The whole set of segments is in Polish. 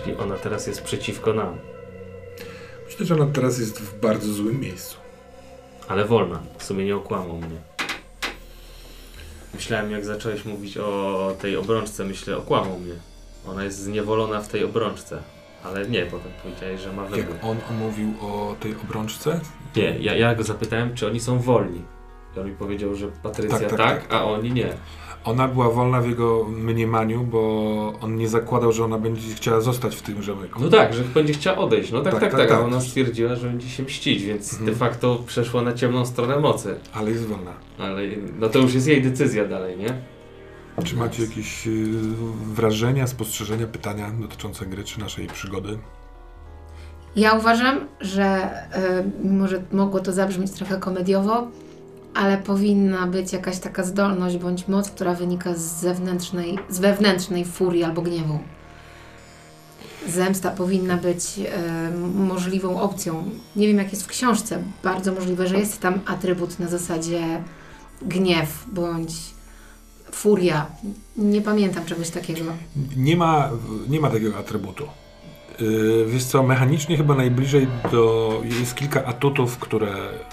jeśli ona teraz jest przeciwko nam. Myślę, że ona teraz jest w bardzo złym miejscu. Ale wolna. W sumie nie okłamał mnie. Myślałem, jak zacząłeś mówić o tej obrączce, okłamał mnie. Ona jest zniewolona w tej obrączce. Ale nie, potem powiedziałeś, że ma wybór. Jak on mówił o tej obrączce? Nie, ja go zapytałem, czy oni są wolni. I on mi powiedział, że Patrycja tak, a oni nie. Ona była wolna w jego mniemaniu, bo on nie zakładał, że ona będzie chciała zostać w tym rzemyku. No tak, że będzie chciała odejść. No tak. Tak. A ona stwierdziła, że będzie się mścić, więc de facto przeszła na ciemną stronę mocy. Ale jest wolna. Ale no to już jest jej decyzja dalej, nie? Czy macie jakieś wrażenia, spostrzeżenia, pytania dotyczące gry czy naszej przygody? Ja uważam, że mimo, że mogło to zabrzmieć trochę komediowo, ale powinna być jakaś taka zdolność bądź moc, która wynika z wewnętrznej furii albo gniewu. Zemsta powinna być możliwą opcją. Nie wiem, jak jest w książce. Bardzo możliwe, że jest tam atrybut na zasadzie gniew bądź furia. Nie pamiętam czegoś takiego. Nie ma takiego atrybutu. Wiesz co, mechanicznie chyba najbliżej jest kilka atutów, które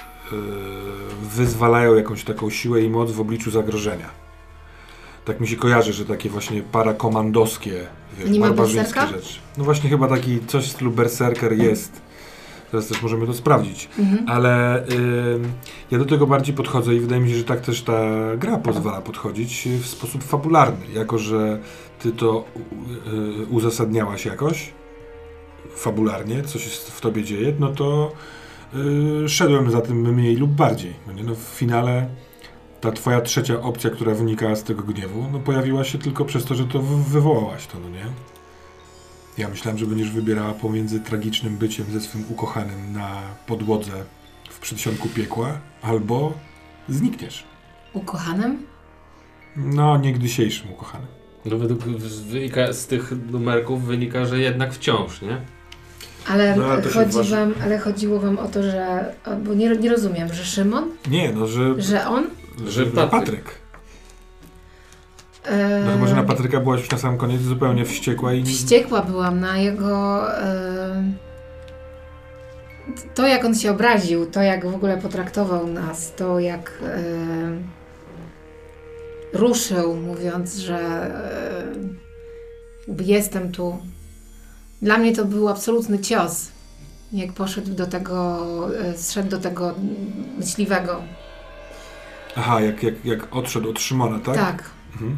wyzwalają jakąś taką siłę i moc w obliczu zagrożenia. Tak mi się kojarzy, że takie właśnie parakomandowskie, barbarzyńskie rzeczy. No właśnie chyba taki coś w stylu berserker jest. Teraz też możemy to sprawdzić. Ale ja do tego bardziej podchodzę i wydaje mi się, że tak też ta gra pozwala podchodzić w sposób fabularny. Jako że ty to uzasadniałaś jakoś fabularnie, co się w tobie dzieje, no to szedłem za tym mniej lub bardziej. No w finale ta twoja trzecia opcja, która wynikała z tego gniewu, no pojawiła się tylko przez to, że to wywołałaś to, no nie? Ja myślałem, że będziesz wybierała pomiędzy tragicznym byciem ze swym ukochanym na podłodze w przedsionku piekła, albo znikniesz. Ukochanym? No, niegdysiejszym ukochanym. No z tych numerków wynika, że jednak wciąż, nie? Ale, ale chodziło wam o to, że... Bo nie rozumiem, że Szymon? Nie, no, że... Że on? Że Patryk. No chyba, że na Patryka byłaś już na sam koniec zupełnie wściekła i... Wściekła byłam na jego... To, jak on się obraził, to, jak w ogóle potraktował nas, to, jak ruszył, mówiąc, że jestem tu. Dla mnie to był absolutny cios, jak poszedł do tego, zszedł do tego myśliwego. Aha, jak odszedł od Szymona, tak? Tak. Mhm.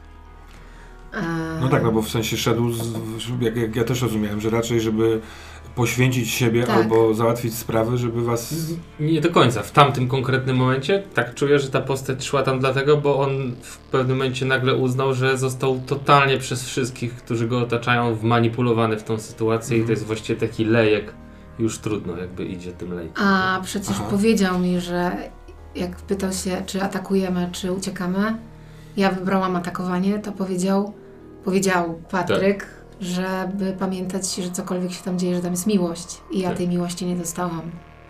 No tak, no bo w sensie szedł, jak ja też rozumiałem, że raczej, żeby poświęcić siebie albo załatwić sprawy, żeby was... Nie do końca. W tamtym konkretnym momencie tak czuję, że ta postać szła tam dlatego, bo on w pewnym momencie nagle uznał, że został totalnie przez wszystkich, którzy go otaczają, wmanipulowany w tą sytuację i to jest właściwie taki lejek. Już trudno jakby idzie tym lejkiem. A przecież powiedział mi, że jak pytał się, czy atakujemy, czy uciekamy, ja wybrałam atakowanie, to powiedział Patryk, żeby pamiętać, że cokolwiek się tam dzieje, że tam jest miłość. I ja tej miłości nie dostałam.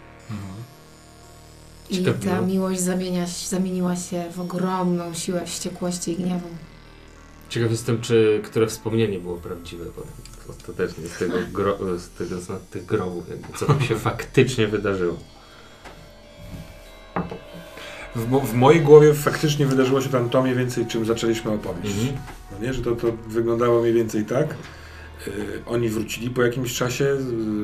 I ta miłość zamieniła się w ogromną siłę wściekłości i gniewu. Ciekaw jestem, które wspomnienie było prawdziwe, bo to też nie z tych grobów, jakby, co tam się faktycznie wydarzyło. W mojej głowie faktycznie wydarzyło się tam to mniej więcej, czym zaczęliśmy opowieść. No nie, że to wyglądało mniej więcej tak. Oni wrócili po jakimś czasie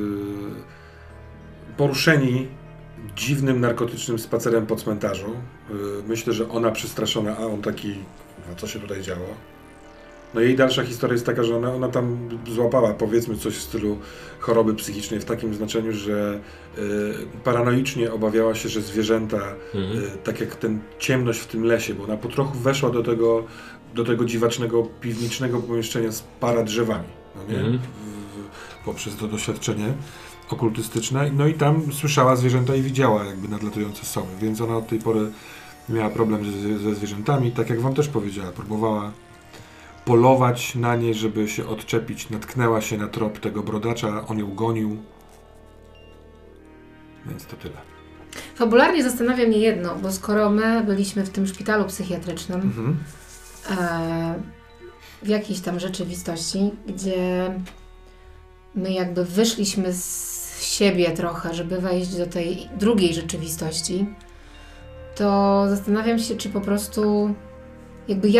poruszeni dziwnym, narkotycznym spacerem po cmentarzu. Myślę, że ona przestraszona, a on taki, co się tutaj działo. No jej dalsza historia jest taka, że ona tam złapała, powiedzmy, coś w stylu choroby psychicznej w takim znaczeniu, że paranoicznie obawiała się, że zwierzęta, tak jak ten ciemność w tym lesie, bo ona po trochu weszła do tego dziwacznego, piwniczego pomieszczenia z paradrzewami, no nie? Poprzez to doświadczenie okultystyczne. No i tam słyszała zwierzęta i widziała jakby nadlatujące sowy, więc ona od tej pory miała problem ze zwierzętami, tak jak wam też powiedziała, próbowała polować na nie, żeby się odczepić. Natknęła się na trop tego brodacza, on ją gonił. Więc to tyle. Fabularnie zastanawia mnie jedno, bo skoro my byliśmy w tym szpitalu psychiatrycznym, w jakiejś tam rzeczywistości, gdzie my jakby wyszliśmy z siebie trochę, żeby wejść do tej drugiej rzeczywistości, to zastanawiam się, czy po prostu jakby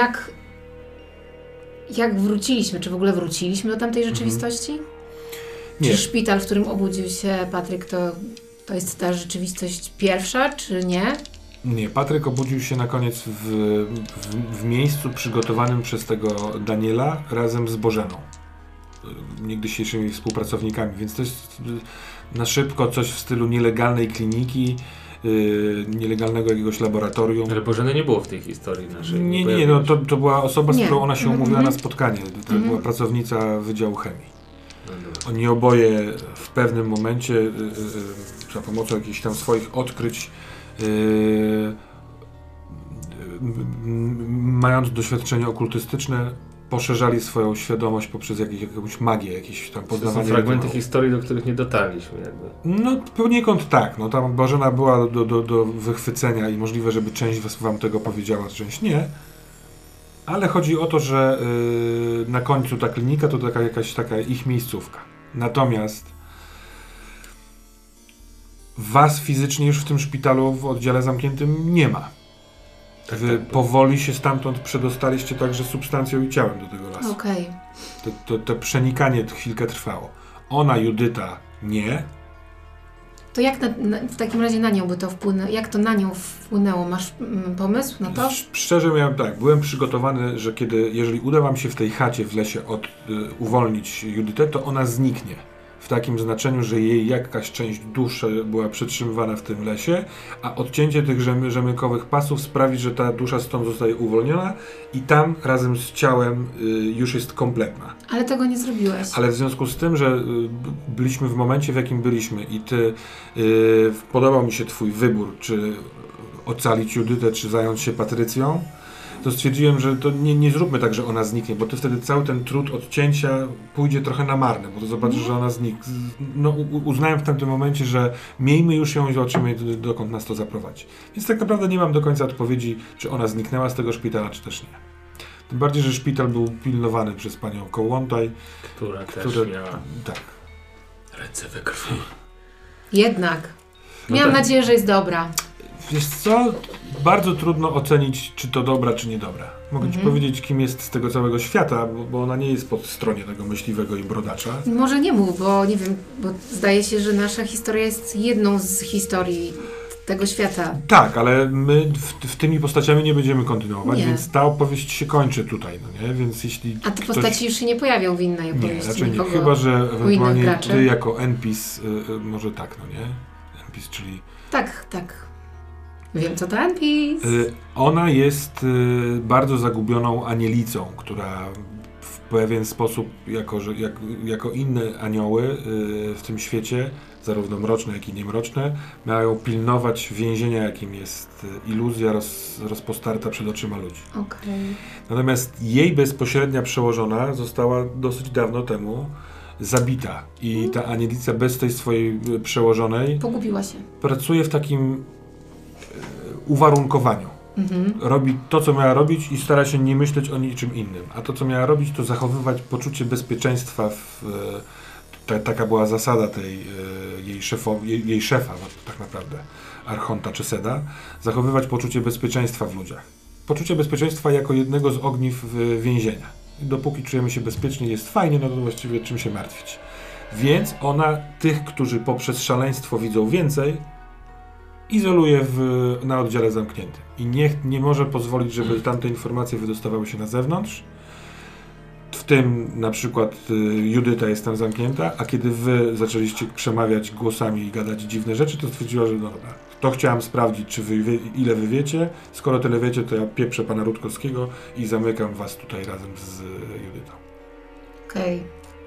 jak wróciliśmy, czy w ogóle wróciliśmy do tamtej rzeczywistości? Nie. Czy szpital, w którym obudził się Patryk, to jest ta rzeczywistość pierwsza, czy nie? Nie, Patryk obudził się na koniec w miejscu przygotowanym przez tego Daniela razem z Bożeną, niegdysiejszymi współpracownikami, więc to jest na szybko coś w stylu nielegalnej kliniki, nielegalnego jakiegoś laboratorium. Ale Bożeny nie było w tej historii naszej. Nie, no to była osoba, z którą ona się umówiła na spotkanie. To była pracownica Wydziału Chemii. Oni oboje w pewnym momencie za pomocą jakichś tam swoich odkryć, mając doświadczenie okultystyczne, poszerzali swoją świadomość poprzez jakąś magię, jakieś tam poznawanie. To są fragmenty historii, do których nie dotarliśmy jakby. No poniekąd tak, no tam Bożena była do wychwycenia i możliwe, żeby część wam tego powiedziała, część nie. Ale chodzi o to, że na końcu ta klinika to jakaś taka ich miejscówka. Natomiast was fizycznie już w tym szpitalu w oddziale zamkniętym nie ma. Wy powoli się stamtąd przedostaliście także substancją i ciałem do tego lasu. Okej. To przenikanie chwilkę trwało. Ona, Judyta, nie. To jak w takim razie na nią by to wpłynęło? Jak to na nią wpłynęło? Masz pomysł na to? Szczerze miałem tak, byłem przygotowany, że jeżeli uda wam się w tej chacie w lesie uwolnić Judytę, to ona zniknie. W takim znaczeniu, że jej jakaś część duszy była przetrzymywana w tym lesie, a odcięcie tych rzemykowych pasów sprawi, że ta dusza stąd zostaje uwolniona i tam razem z ciałem już jest kompletna. Ale tego nie zrobiłeś. Ale w związku z tym, że byliśmy w momencie, w jakim byliśmy i podobał mi się twój wybór, czy ocalić Judytę, czy zająć się Patrycją, to stwierdziłem, że to nie zróbmy tak, że ona zniknie, bo to wtedy cały ten trud odcięcia pójdzie trochę na marne, bo to zobaczysz, że ona zniknie. No, uznałem w tamtym momencie, że miejmy już ją i zobaczymy, dokąd nas to zaprowadzi. Więc tak naprawdę nie mam do końca odpowiedzi, czy ona zniknęła z tego szpitala, czy też nie. Tym bardziej, że szpital był pilnowany przez panią Kołłątaj, która też miała ręce we krwi. Jednak. Miałam nadzieję, że jest dobra. Wiesz co? Bardzo trudno ocenić, czy to dobra, czy niedobra. Mogę ci powiedzieć, kim jest z tego całego świata, bo ona nie jest po stronie tego myśliwego i brodacza. Może nie mów, bo nie wiem, bo zdaje się, że nasza historia jest jedną z historii tego świata. Tak, ale my w tymi postaciami nie będziemy kontynuować, Nie. więc ta opowieść się kończy tutaj, no nie? Więc jeśli A te postaci już się nie pojawią w innej opowieści. Nie, raczej nie. nikogo, Chyba, że ewentualnie graczy. ty jako NPC, może tak, no nie? NPC, czyli... Tak. Wiem, co to NPC. Ona jest bardzo zagubioną anielicą, która w pewien sposób, jako inne anioły w tym świecie, zarówno mroczne, jak i niemroczne, mają pilnować więzienia, jakim jest iluzja rozpostarta przed oczyma ludzi. Okej. Natomiast jej bezpośrednia przełożona została dosyć dawno temu zabita i ta anielica bez tej swojej przełożonej Pogubiła się. pracuje w takim uwarunkowaniu. Robi to, co miała robić i stara się nie myśleć o niczym innym. A to, co miała robić, to zachowywać poczucie bezpieczeństwa. Taka była zasada jej szefa, tak naprawdę, Archonta czy Seda, zachowywać poczucie bezpieczeństwa w ludziach. Poczucie bezpieczeństwa jako jednego z ogniw więzienia. Dopóki czujemy się bezpiecznie, jest fajnie, no to właściwie czym się martwić. Więc ona tych, którzy poprzez szaleństwo widzą więcej, izoluje na oddziale zamkniętym. I nie może pozwolić, żeby tamte informacje wydostawały się na zewnątrz. W tym na przykład Judyta jest tam zamknięta, a kiedy wy zaczęliście przemawiać głosami i gadać dziwne rzeczy, to stwierdziła, że no dobra, to chciałam sprawdzić, czy ile wy wiecie. Skoro tyle wiecie, to ja pieprzę pana Rutkowskiego i zamykam was tutaj razem z Judytą. Okej.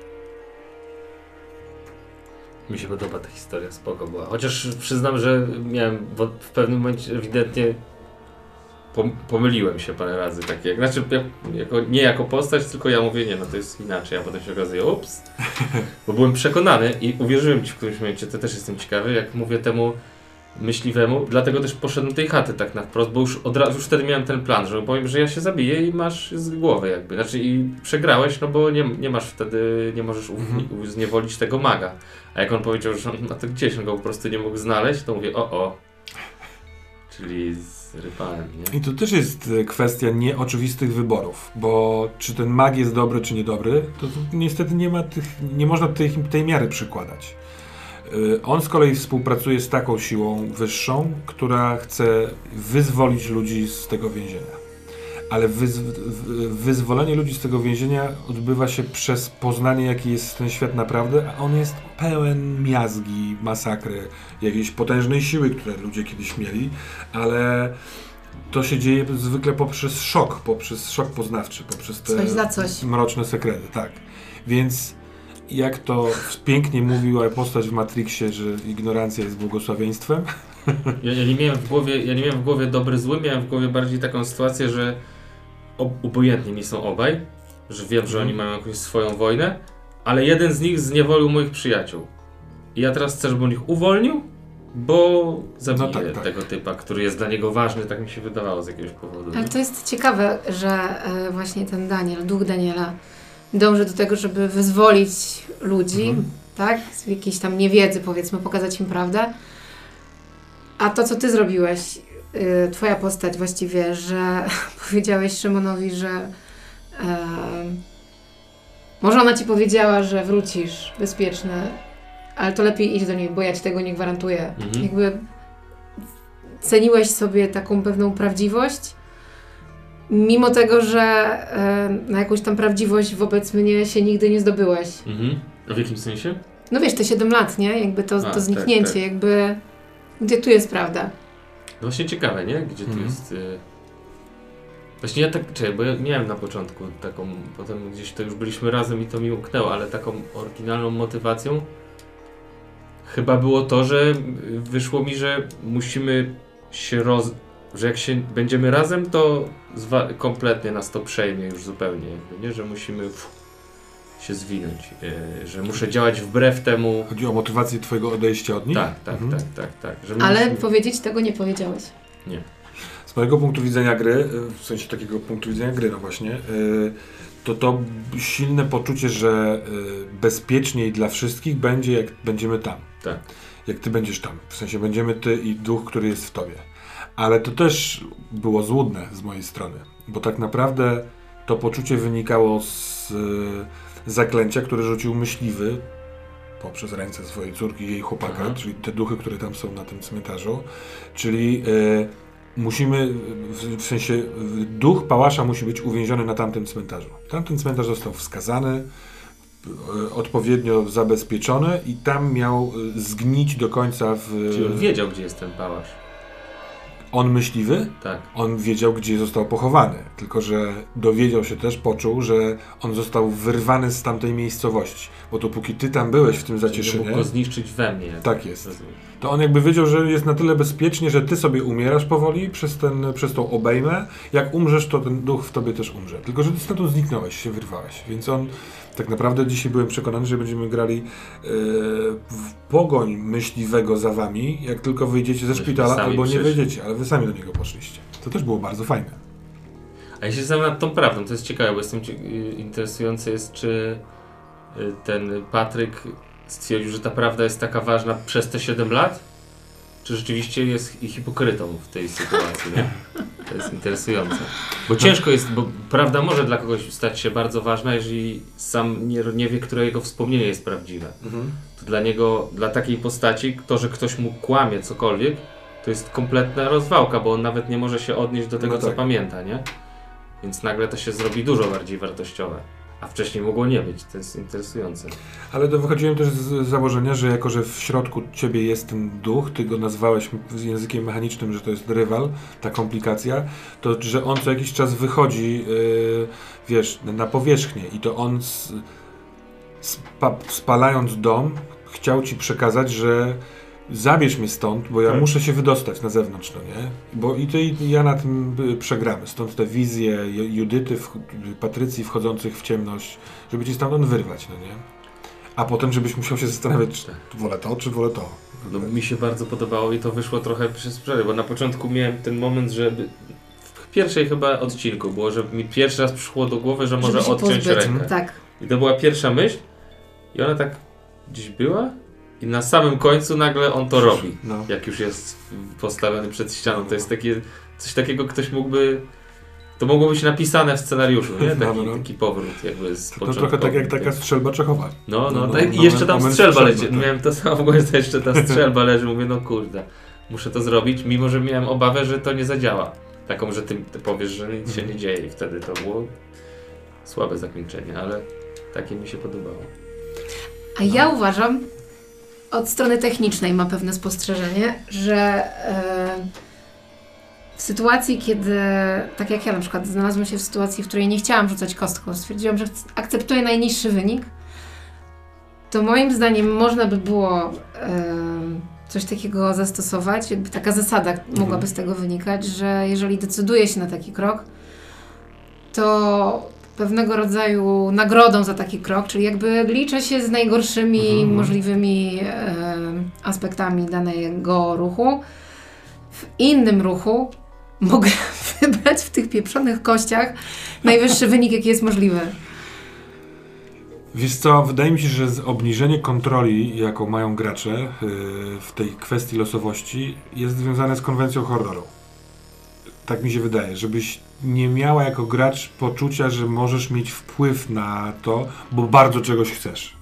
Mi się podoba ta historia, spoko była. Chociaż przyznam, że miałem w pewnym momencie ewidentnie pomyliłem się parę razy. Znaczy nie jako postać, tylko ja mówię, nie, no to jest inaczej, a potem się okazuje, ups. Bo byłem przekonany i uwierzyłem ci w którymś momencie, to też jestem ciekawy, jak mówię temu myśliwemu, dlatego też poszedłem do tej chaty tak na wprost, bo już od razu już wtedy miałem ten plan, że powiem, że ja się zabiję i masz z głowy jakby, znaczy i przegrałeś, no bo nie masz wtedy, nie możesz zniewolić tego maga. A jak on powiedział, że no to gdzieś on go po prostu nie mógł znaleźć, to mówię czyli zrypałem, nie? I to też jest kwestia nieoczywistych wyborów, bo czy ten mag jest dobry, czy niedobry, to niestety nie można tej miary przykładać. On z kolei współpracuje z taką siłą wyższą, która chce wyzwolić ludzi z tego więzienia. Ale wyzwolenie ludzi z tego więzienia odbywa się przez poznanie, jaki jest ten świat naprawdę, a on jest pełen miazgi, masakry, jakiejś potężnej siły, które ludzie kiedyś mieli, ale to się dzieje zwykle poprzez szok poznawczy, poprzez te mroczne sekrety, tak. Więc jak to pięknie mówiła postać w Matrixie, że ignorancja jest błogosławieństwem. Ja nie miałem w głowie dobry, zły, miałem w głowie bardziej taką sytuację, że obojętni mi są obaj, że wiem, że oni mają jakąś swoją wojnę, ale jeden z nich zniewolił moich przyjaciół. I ja teraz chcę, żeby on ich uwolnił, bo zabije tego typa, który jest dla niego ważny, tak mi się wydawało z jakiegoś powodu. Ale to jest ciekawe, że właśnie ten duch Daniela dąży do tego, żeby wyzwolić ludzi, tak? Z jakiejś tam niewiedzy, powiedzmy, pokazać im prawdę. A to, co ty zrobiłeś, twoja postać właściwie, że powiedziałeś Szymonowi, że może ona ci powiedziała, że wrócisz bezpieczny, ale to lepiej idź do niej, bo ja ci tego nie gwarantuję. Jakby ceniłeś sobie taką pewną prawdziwość, mimo tego, że na jakąś tam prawdziwość wobec mnie się nigdy nie zdobyłeś. A w jakim sensie? No wiesz, te 7 lat, nie? Jakby to zniknięcie, tak. Jakby gdzie tu jest prawda? No właśnie ciekawe, nie? Gdzie tu jest... Właśnie ja bo ja miałem na początku taką, potem gdzieś to już byliśmy razem i to mi umknęło, ale taką oryginalną motywacją chyba było to, że wyszło mi, że musimy się że jak się będziemy razem, to kompletnie nas to przejmie już zupełnie, jakby, nie? Że musimy się zwinąć, że muszę działać wbrew temu. Chodzi o motywację twojego odejścia od nich? Tak. Że ale powiedzieć tego nie powiedziałeś. Nie. Z mojego punktu widzenia gry, w sensie takiego punktu widzenia gry, no właśnie, to silne poczucie, że bezpieczniej dla wszystkich będzie, jak będziemy tam. Tak. Jak ty będziesz tam. W sensie będziemy ty i duch, który jest w tobie. Ale to też było złudne z mojej strony, bo tak naprawdę to poczucie wynikało z zaklęcia, które rzucił myśliwy poprzez ręce swojej córki i jej chłopaka, czyli te duchy, które tam są na tym cmentarzu, czyli musimy, w sensie duch Pałasza musi być uwięziony na tamtym cmentarzu. Tamten cmentarz został wskazany, odpowiednio zabezpieczony i tam miał zgnić do końca Czyli on wiedział, gdzie jest ten Pałasz. On myśliwy? Tak. On wiedział, gdzie został pochowany, tylko że dowiedział się też, poczuł, że on został wyrwany z tamtej miejscowości, bo dopóki ty tam byłeś w tym Zacieszynie... mógł go zniszczyć we mnie. Tak jest. To on jakby wiedział, że jest na tyle bezpiecznie, że ty sobie umierasz powoli przez tą obejmę. Jak umrzesz, to ten duch w tobie też umrze. Tylko że ty stamtąd zniknąłeś, się wyrwałeś, więc on... Tak naprawdę dzisiaj byłem przekonany, że będziemy grali w pogoń myśliwego za wami, jak tylko wyjdziecie ze szpitala, albo nie wyjdziecie, ale wy sami do niego poszliście. To też było bardzo fajne. A ja się znam nad tą prawdą, to jest ciekawe, bo interesujące jest, czy ten Patryk stwierdził, że ta prawda jest taka ważna przez te 7 lat? Czy rzeczywiście jest hipokrytą w tej sytuacji, nie? To jest interesujące. Bo ciężko jest, bo prawda może dla kogoś stać się bardzo ważna, jeżeli sam nie wie, które jego wspomnienie jest prawdziwe. To dla niego, dla takiej postaci, to, że ktoś mu kłamie cokolwiek, to jest kompletna rozwałka, bo on nawet nie może się odnieść do tego, co pamięta, nie? Więc nagle to się zrobi dużo bardziej wartościowe. A wcześniej mogło nie być, to jest interesujące. Ale to wychodziłem też z założenia, że jako, że w środku ciebie jest ten duch, ty go nazwałeś z językiem mechanicznym, że to jest rywal, ta komplikacja, to że on co jakiś czas wychodzi, wiesz, na powierzchnię i to on spalając dom chciał ci przekazać, że zabierz mnie stąd, bo ja muszę się wydostać na zewnątrz, no nie? Bo i ty i ja na tym przegramy. Stąd te wizje Judyty, Patrycji wchodzących w ciemność, żeby cię stamtąd wyrwać, no nie? A potem, żebyś musiał się zastanawiać, czy wolę to, czy wolę to. No mi się bardzo podobało i to wyszło trochę przez przerwę, bo na początku miałem ten moment, żeby w pierwszej chyba odcinku było, że mi pierwszy raz przyszło do głowy, że może odciąć rękę. Tak. I to była pierwsza myśl i ona tak gdzieś była i na samym końcu nagle on to robi, jak już jest postawiony przed ścianą. To jest takie, coś takiego, ktoś mógłby... To mogło być napisane w scenariuszu, nie? Taki powrót jakby z początku. To trochę tak jak taka strzelba Czechowa. I jeszcze tam strzelba leży. Tak. Miałem to samo w głowie, że jeszcze ta strzelba leży. Mówię, no kurde, muszę to zrobić, mimo że miałem obawę, że to nie zadziała. Taką, że ty powiesz, że nic się nie dzieje i wtedy to było słabe zakończenie, ale takie mi się podobało. A ja uważam, od strony technicznej mam pewne spostrzeżenie, że w sytuacji, kiedy, tak jak ja na przykład znalazłam się w sytuacji, w której nie chciałam rzucać kostką, stwierdziłam, że akceptuję najniższy wynik, to moim zdaniem można by było coś takiego zastosować, jakby taka zasada mogłaby z tego wynikać, że jeżeli decyduje się na taki krok, to pewnego rodzaju nagrodą za taki krok, czyli jakby liczę się z najgorszymi możliwymi aspektami danego ruchu. W innym ruchu mogę wybrać w tych pieprzonych kościach najwyższy wynik, jaki jest możliwy. Wiesz co, wydaje mi się, że obniżenie kontroli, jaką mają gracze w tej kwestii losowości, jest związane z konwencją horroru. Tak mi się wydaje, żebyś nie miała jako gracz poczucia, że możesz mieć wpływ na to, bo bardzo czegoś chcesz.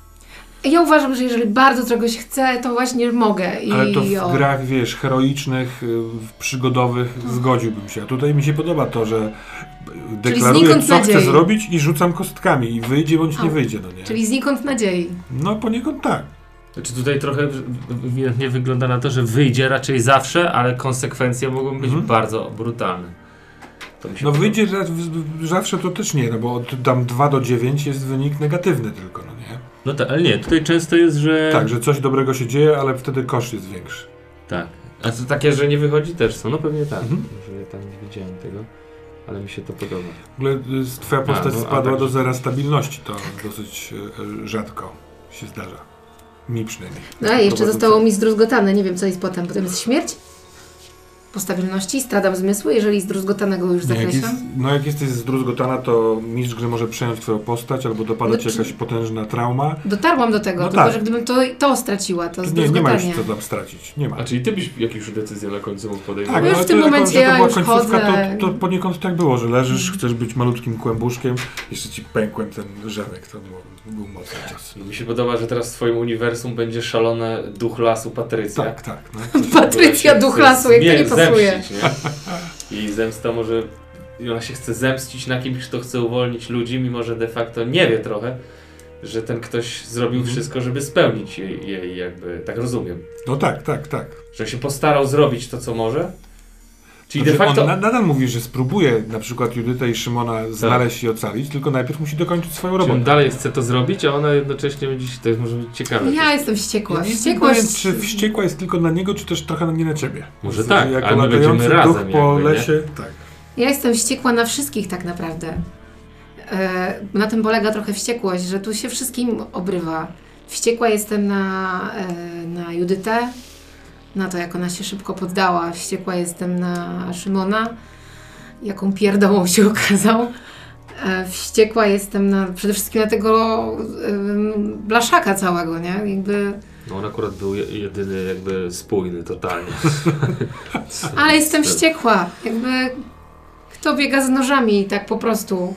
Ja uważam, że jeżeli bardzo czegoś chcę, to właśnie mogę. Ale to w grach, wiesz, heroicznych, przygodowych zgodziłbym się. A tutaj mi się podoba to, że deklaruję, co chcę zrobić i rzucam kostkami i wyjdzie bądź nie wyjdzie. No nie? Czyli znikąd nadziei. No poniekąd tak. Znaczy tutaj trochę nie wygląda na to, że wyjdzie raczej zawsze, ale konsekwencje mogą być bardzo brutalne. No wyjdzie zawsze to też nie, no bo tam 2 do 9 jest wynik negatywny tylko, no nie? No tak, ale nie, tutaj często jest, że... Tak, że coś dobrego się dzieje, ale wtedy koszt jest większy. Tak. A to takie, że nie wychodzi też są? No pewnie tak. Że ja tam nie widziałem tego, ale mi się to podoba. W ogóle twoja postać spadła do zera stabilności, to dosyć rzadko się zdarza. Mi przynajmniej. No i jeszcze zostało mi zdruzgotane, nie wiem co jest potem. Potem jest śmierć? Po stabilności? Stradam zmysły, jeżeli zdruzgotanego już zakreślam? Jak jesteś zdruzgotana, to mistrz gry może przejąć twoją postać albo dopadać jakaś potężna trauma. Dotarłam do tego, tylko że gdybym to straciła, to zdruzgotanie. Nie ma już co tam stracić. Nie ma. A czyli ty byś jakąś decyzję na końcu mógł podejmować? Tak, już w tym momencie ja już chodzę. To poniekąd tak było, że leżysz, chcesz być malutkim kłębuszkiem, jeszcze ci pękłem ten rzemek, to był mocny czas. No mi się podoba, że teraz w twoim uniwersum będzie szalone duch lasu Patrycja. Tak. No. Patrycja duch lasu, jak to nie pasuje. Nie? I zemsta może... I ona się chce zemścić na kimś, kto chce uwolnić ludzi, mimo że de facto nie wie trochę, że ten ktoś zrobił wszystko, żeby spełnić jej jakby... Tak rozumiem. No tak. Że się postarał zrobić to, co może. Czyli de facto... On nadal mówi, że spróbuje na przykład Judytę i Szymona znaleźć i ocalić, tylko najpierw musi dokończyć swoją robotę. Czyli on dalej chce to zrobić, a ona jednocześnie będzie... To może być ciekawe. Ja jestem wściekła. Czy wściekła jest tylko na niego, czy też trochę nie na ciebie? Może tak, ale my będziemy razem po lesie. Tak. Ja jestem wściekła na wszystkich tak naprawdę. Na tym polega trochę wściekłość, że tu się wszystkim obrywa. Wściekła jestem na Judytę, na to, jak ona się szybko poddała. Wściekła jestem na Szymona, jaką pierdołą się okazał. Wściekła jestem przede wszystkim na tego blaszaka całego, nie? Jakby... No on akurat był jedyny jakby spójny totalnie. Ale jestem wściekła. Jakby kto biega z nożami tak po prostu.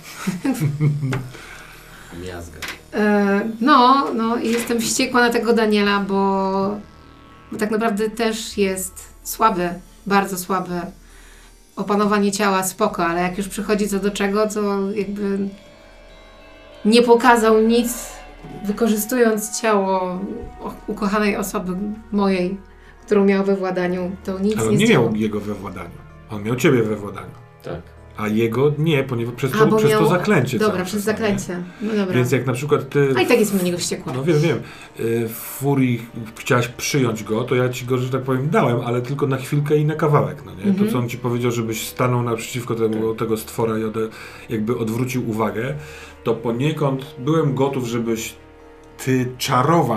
Miazga. No i jestem wściekła na tego Daniela, bo tak naprawdę też jest słaby, bardzo słaby. Opanowanie ciała spoko, ale jak już przychodzi co do czego, to jakby nie pokazał nic, wykorzystując ciało ukochanej osoby mojej, którą miał we władaniu, to nic ale nie nie zdziało. miał jego we władaniu. On miał ciebie we władaniu. Tak. A jego nie, ponieważ przez to zaklęcie. Dobra, przez zaklęcie. No dobra. Więc jak na przykład ty... A i tak jest na niego wściekła. No wiem. W Furii chciałaś przyjąć go, to ja ci go, że tak powiem, dałem, ale tylko na chwilkę i na kawałek, no nie? To, co on ci powiedział, żebyś stanął naprzeciwko tego stwora i jakby odwrócił uwagę, to poniekąd byłem gotów, żebyś ty czarował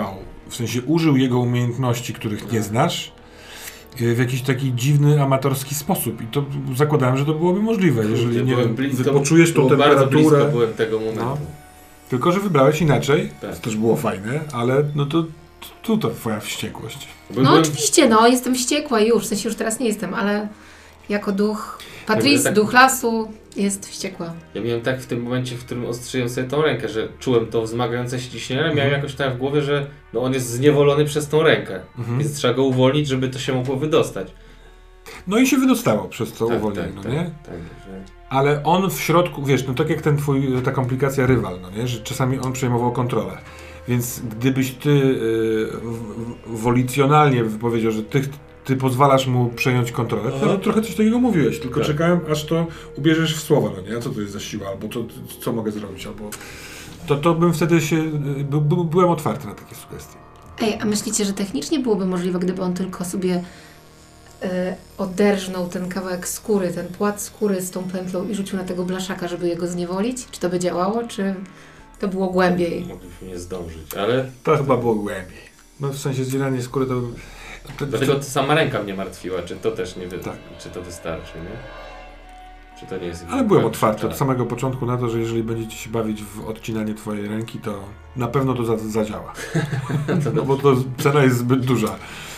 w sensie użył jego umiejętności, których nie znasz, w jakiś taki dziwny, amatorski sposób. I to zakładałem, że to byłoby możliwe, jeżeli nie wiem, poczujesz tą temperaturę. Byłem tego momentu. No. Tylko, że wybrałeś inaczej, Tak. to też było fajne, ale no to twoja wściekłość. No oczywiście, no jestem wściekła już, w sensie już teraz nie jestem, ale jako duch Patrice, duch lasu jest wściekła. Ja miałem tak w tym momencie, w którym ostrzyłem sobie tą rękę, że czułem to wzmagające się ciśnienie, miałem jakoś tak w głowie, że no on jest zniewolony przez tą rękę, więc trzeba go uwolnić, żeby to się mogło wydostać. No i się wydostało przez to uwolnienie, no nie? Tak, że... Ale on w środku, wiesz, no tak jak ta komplikacja rywal, no nie? Że czasami on przejmował kontrolę. Więc gdybyś ty wolicjonalnie powiedział, że ty pozwalasz mu przejąć kontrolę, to trochę coś takiego mówiłeś, tylko czekałem, aż to ubierzesz w słowa, no nie? Co to jest za siła, albo co mogę zrobić, albo... To bym wtedy byłem otwarty na takie sugestie. Ej, a myślicie, że technicznie byłoby możliwe, gdyby on tylko sobie oderżnął ten kawałek skóry, ten płat skóry z tą pętlą i rzucił na tego blaszaka, żeby jego zniewolić? Czy to by działało, czy to było głębiej? Mogliśmy nie zdążyć, ale... To chyba było głębiej. No w sensie zdzielanie skóry to... Dlatego to sama ręka mnie martwiła, czy to też nie tak. Czy to wystarczy, nie? Czy to nie jest... Ale byłem otwarty od samego początku na to, że jeżeli będziecie się bawić w odcinanie twojej ręki, to na pewno to zadziała. No bo to cena jest zbyt duża.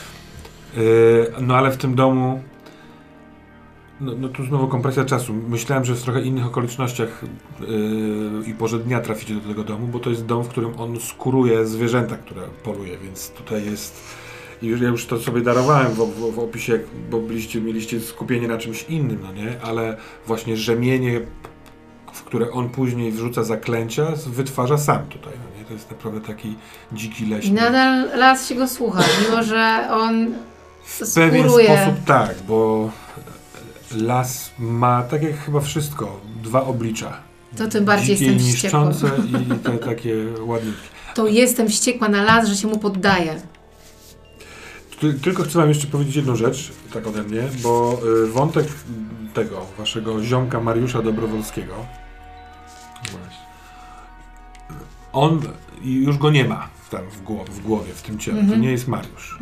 No ale w tym domu no tu znowu kompresja czasu. Myślałem, że w trochę innych okolicznościach i porze dnia traficie do tego domu, bo to jest dom, w którym on skóruje zwierzęta, które poluje, więc tutaj jest... Ja już to sobie darowałem w opisie, bo mieliście skupienie na czymś innym, no nie? Ale właśnie rzemienie, w które on później wrzuca zaklęcia, wytwarza sam tutaj, no nie? To jest naprawdę taki dziki leśny. I nadal las się go słucha, mimo że on w pewien sposób tak, bo las ma, tak jak chyba wszystko, dwa oblicza. To tym bardziej dzikie, jestem wściekła. niszczące i te takie ładniutkie. To jestem wściekła na las, że się mu poddaję. Tylko chcę wam jeszcze powiedzieć jedną rzecz, tak ode mnie, bo wątek tego waszego ziomka Mariusza Dobrowolskiego, on już go nie ma tam w głowie, w tym ciele. To nie jest Mariusz.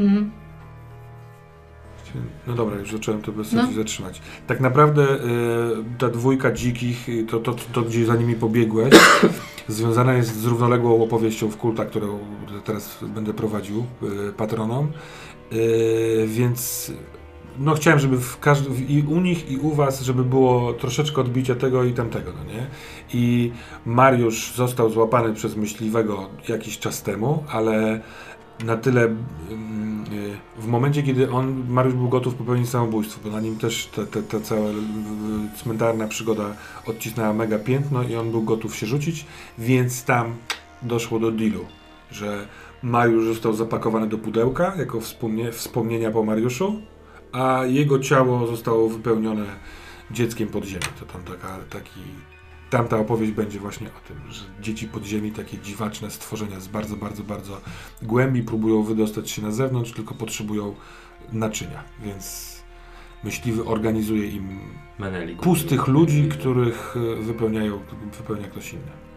No dobra, już zacząłem to bez sensu zatrzymać. Tak naprawdę ta dwójka dzikich, to gdzie za nimi pobiegłeś, związana jest z równoległą opowieścią w kulta, którą teraz będę prowadził patronom. Więc no chciałem, żeby i u nich, i u was, żeby było troszeczkę odbicia tego i tamtego, no nie? I Mariusz został złapany przez myśliwego jakiś czas temu, ale na tyle w momencie, kiedy Mariusz był gotów popełnić samobójstwo, bo na nim też ta cała cmentarna przygoda odcisnęła mega piętno i on był gotów się rzucić, więc tam doszło do dealu, że Mariusz został zapakowany do pudełka jako wspomnienia po Mariuszu, a jego ciało zostało wypełnione dzieckiem podziemi. To tam tamta opowieść będzie właśnie o tym, że dzieci podziemi, takie dziwaczne stworzenia z bardzo, bardzo, bardzo głębi próbują wydostać się na zewnątrz, tylko potrzebują naczynia, więc myśliwy organizuje im pustych ludzi, których wypełnia ktoś inny.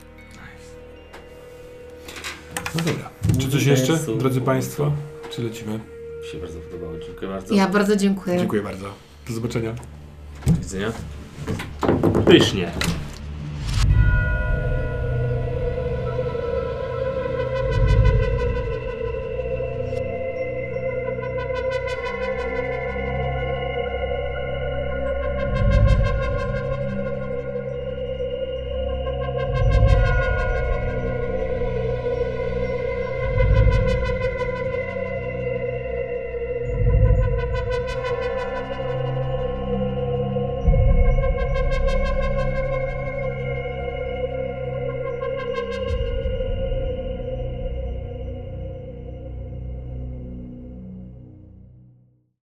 No dobra. Czy coś jeszcze, drodzy Państwo? Czy lecimy? Mi się bardzo podobało. Dziękuję bardzo. Ja bardzo dziękuję. Dziękuję bardzo. Do zobaczenia. Do widzenia. Pysznie.